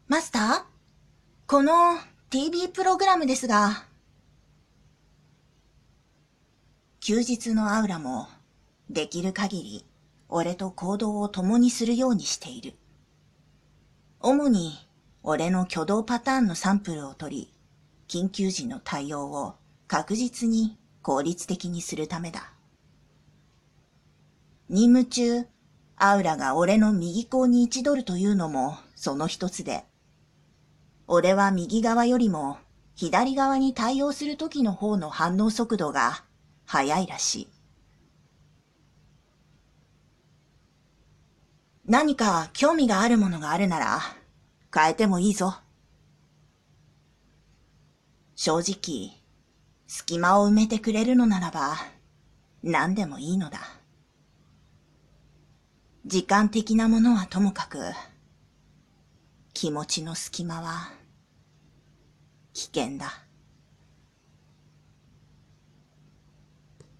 マスター、この TV プログラムですが、休日のアウラもできる限り俺と行動を共にするようにしている。主に俺の挙動パターンのサンプルを取り、緊急時の対応を確実に効率的にするためだ。任務中、アウラが俺の右後に位置取るというのもその一つで、俺は右側よりも左側に対応する時の方の反応速度が速いらしい。何か興味があるものがあるなら変えてもいいぞ。正直、隙間を埋めてくれるのならば何でもいいのだ。時間的なものはともかく、気持ちの隙間は危険だ。